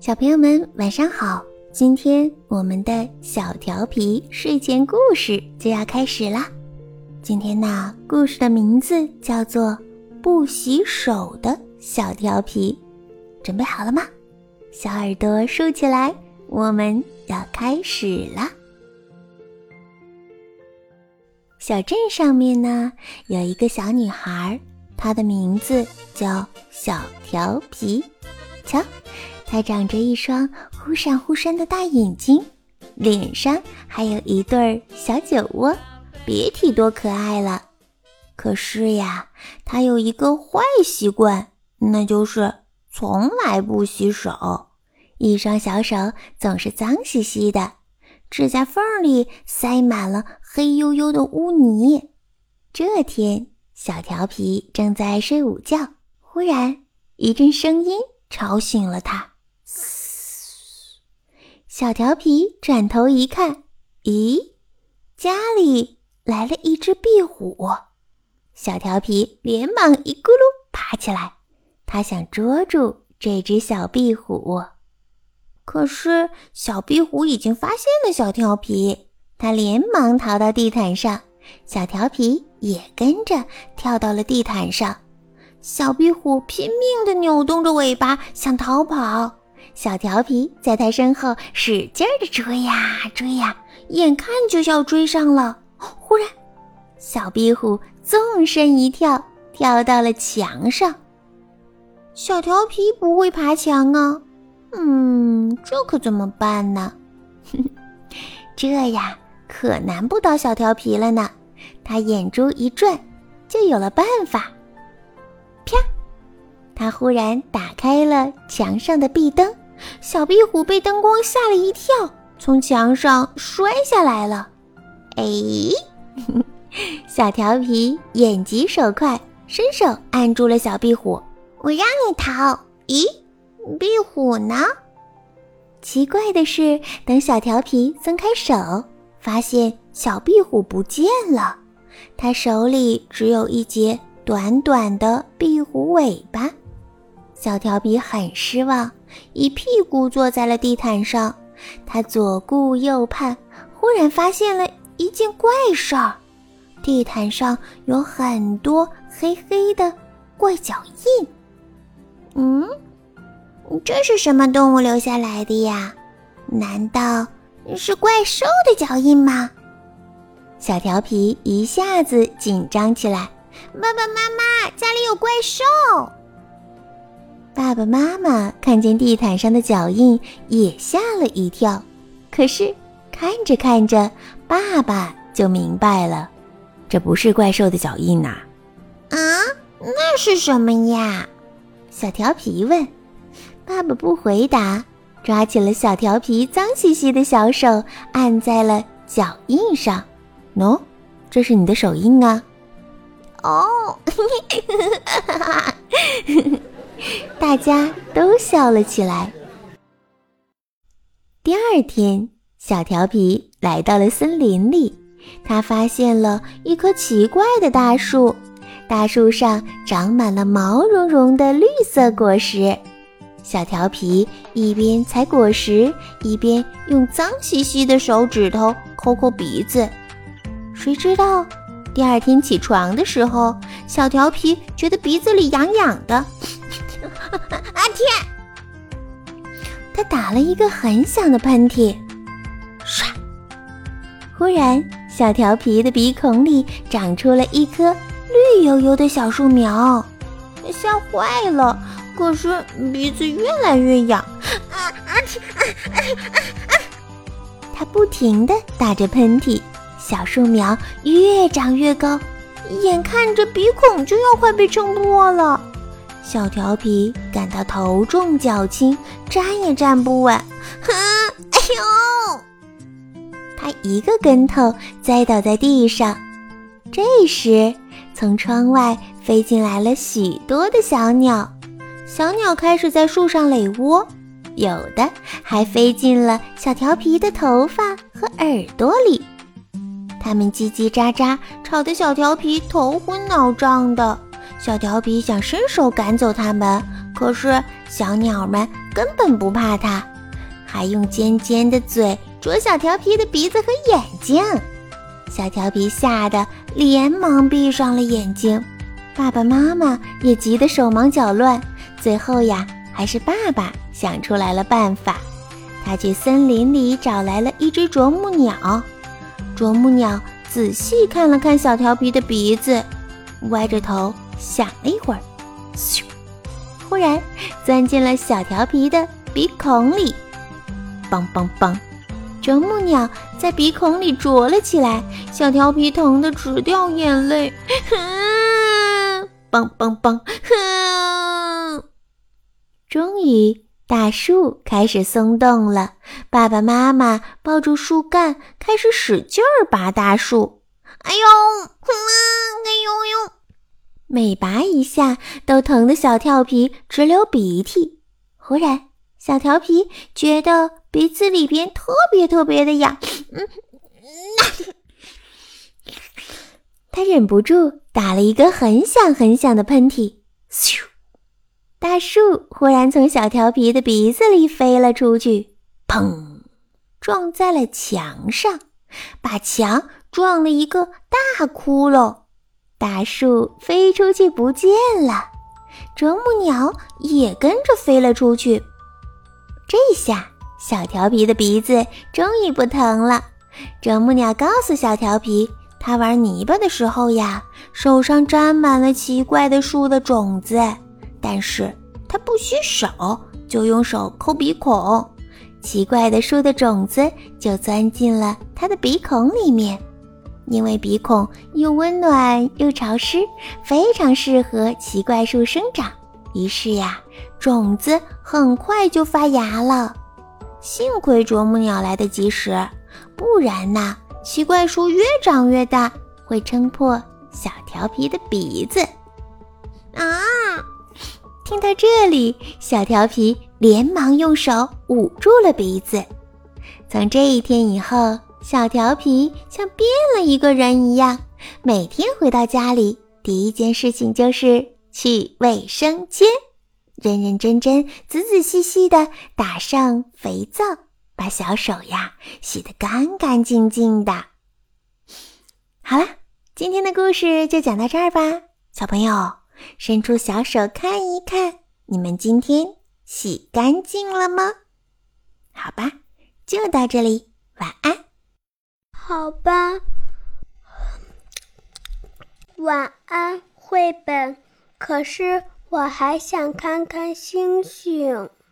小朋友们晚上好，今天我们的小调皮睡前故事就要开始啦。今天呢，故事的名字叫做不洗手的小调皮。准备好了吗？小耳朵竖起来，我们要开始啦。小镇上面呢，有一个小女孩，她的名字叫小调皮。瞧，她长着一双忽闪忽闪的大眼睛，脸上还有一对小酒窝，别提多可爱了。可是呀，她有一个坏习惯，那就是从来不洗手，一双小手总是脏兮兮的，指甲缝里塞满了黑黝黝的污泥。这天，小调皮正在睡午觉，忽然一阵声音吵醒了他。小调皮转头一看，咦，家里来了一只壁虎。小调皮连忙一咕噜爬起来，他想捉住这只小壁虎。可是小壁虎已经发现了小调皮，他连忙逃到地毯上，小调皮也跟着跳到了地毯上。小壁虎拼命地扭动着尾巴想逃跑，小调皮在他身后使劲地追呀追呀，眼看就要追上了。忽然，小壁虎纵身一跳，跳到了墙上。小调皮不会爬墙啊，这可怎么办呢？这呀，可难不倒小调皮了呢。他眼珠一转，就有了办法。啪！他忽然打开了墙上的壁灯，小壁虎被灯光吓了一跳，从墙上摔下来了。哎，小调皮眼疾手快，伸手按住了小壁虎。我让你逃。咦，壁虎呢？奇怪的是，等小调皮松开手，发现小壁虎不见了，他手里只有一截短短的壁虎尾巴。小调皮很失望，一屁股坐在了地毯上。他左顾右盼，忽然发现了一件怪事儿，地毯上有很多黑黑的怪脚印。这是什么动物留下来的呀？难道是怪兽的脚印吗？小调皮一下子紧张起来。爸爸妈妈，家里有怪兽！爸爸妈妈看见地毯上的脚印也吓了一跳，可是看着看着，爸爸就明白了， 这不是怪兽的脚印呐。 那是什么呀？小调皮问。爸爸不回答，抓起了小调皮脏兮兮的小手，按在了脚印上。 喏，这是你的手印啊。 大家都笑了起来。第二天，小调皮来到了森林里，他发现了一棵奇怪的大树，大树上长满了毛茸茸的绿色果实。小调皮一边采果实，一边用脏兮兮的手指头抠抠鼻子。谁知道第二天起床的时候，小调皮觉得鼻子里痒痒的。天！他打了一个很响的喷嚏。唰！忽然，小调皮的鼻孔里长出了一棵绿油油的小树苗，吓坏了。可是鼻子越来越痒，他不停地打着喷嚏，小树苗越长越高，眼看着鼻孔就要快被撑破了。小调皮感到头重脚轻，站也站不稳。他一个跟头栽倒在地上。这时，从窗外飞进来了许多的小鸟，小鸟开始在树上垒窝，有的还飞进了小调皮的头发和耳朵里。它们叽叽喳喳，吵得小调皮头昏脑胀的。小调皮想伸手赶走它们， 可是小鸟们根本不怕它，还用尖尖的嘴啄小调皮的鼻子和眼睛。小调皮吓得连忙闭上了眼睛，爸爸妈妈也急得手忙脚乱。最后呀，还是爸爸想出来了办法。他去森林里找来了一只啄木鸟。啄木鸟仔细看了看小调皮的鼻子，歪着头想了一会儿，咻，忽然钻进了小调皮的鼻孔里。梆梆梆，啄木鸟在鼻孔里啄了起来，小调皮疼得直掉眼泪。梆梆梆，终于大树开始松动了，爸爸妈妈抱住树干，开始使劲儿拔大树。哎呦，哎呦呦！每拔一下都疼得小调皮直流鼻涕。忽然，小调皮觉得鼻子里边特别的痒，他忍不住打了一个很响的喷嚏。咻！大树忽然从小调皮的鼻子里飞了出去，砰！撞在了墙上，把墙撞了一个大窟窿。大树飞出去不见了，啄木鸟也跟着飞了出去。这下小调皮的鼻子终于不疼了。啄木鸟告诉小调皮，他玩泥巴的时候呀，手上沾满了奇怪的树的种子，但是他不洗手，就用手抠鼻孔，奇怪的树的种子就钻进了他的鼻孔里面。因为鼻孔又温暖又潮湿，非常适合奇怪树生长，于是呀，种子很快就发芽了。幸亏啄木鸟来得及时，不然呢，奇怪树越长越大，会撑破小调皮的鼻子。听到这里，小调皮连忙用手捂住了鼻子。从这一天以后，小调皮像变了一个人一样，每天回到家里，第一件事情就是去卫生间，认认真真、仔仔细细地打上肥皂，把小手呀洗得干干净净的。好了，今天的故事就讲到这儿吧。小朋友，伸出小手看一看，你们今天洗干净了吗？好吧，就到这里，晚安。 好吧，晚安，绘本。可是我还想看看星星。